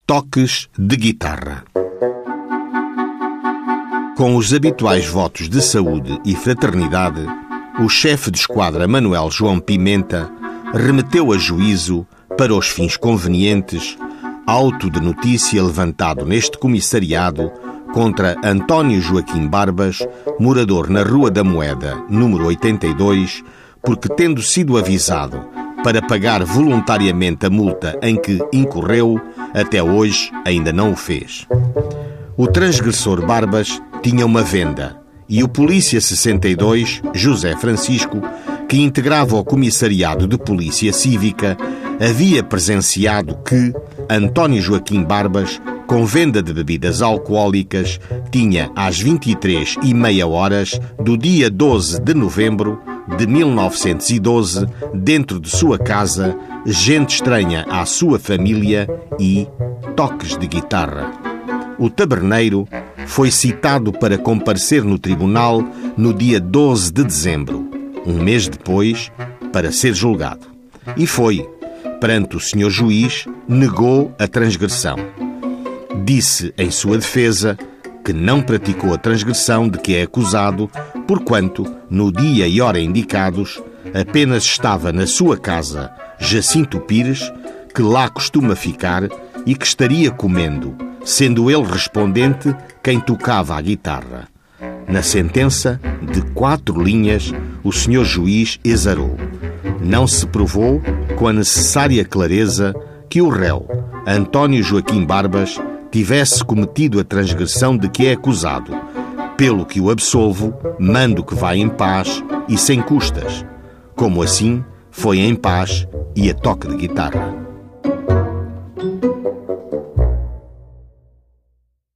Toques de guitarra. Com os habituais votos de saúde e fraternidade, o chefe de esquadra Manuel João Pimenta remeteu a juízo, para os fins convenientes, auto de notícia levantado neste comissariado contra António Joaquim Barbas, morador na Rua da Moeda, número 82, porque, tendo sido avisado para pagar voluntariamente a multa em que incorreu, até hoje ainda não o fez. O transgressor Barbas tinha uma venda e o Polícia 62, José Francisco, que integrava o Comissariado de Polícia Cívica, havia presenciado que António Joaquim Barbas, com venda de bebidas alcoólicas, tinha às 23h30 do dia 12 de novembro de 1912, dentro de sua casa, gente estranha à sua família e toques de guitarra. O taberneiro foi citado para comparecer no tribunal no dia 12 de dezembro, um mês depois, para ser julgado. E foi. Perante o senhor juiz, negou a transgressão. Disse em sua defesa que não praticou a transgressão de que é acusado, porquanto, no dia e hora indicados, apenas estava na sua casa Jacinto Pires, que lá costuma ficar e que estaria comendo, sendo ele respondente quem tocava a guitarra. Na sentença, de 4 linhas, o senhor juiz exarou. Não se provou, com a necessária clareza, que o réu, António Joaquim Barbas, tivesse cometido a transgressão de que é acusado, pelo que o absolvo, mando que vá em paz e sem custas. Como assim, foi em paz e a toque de guitarra.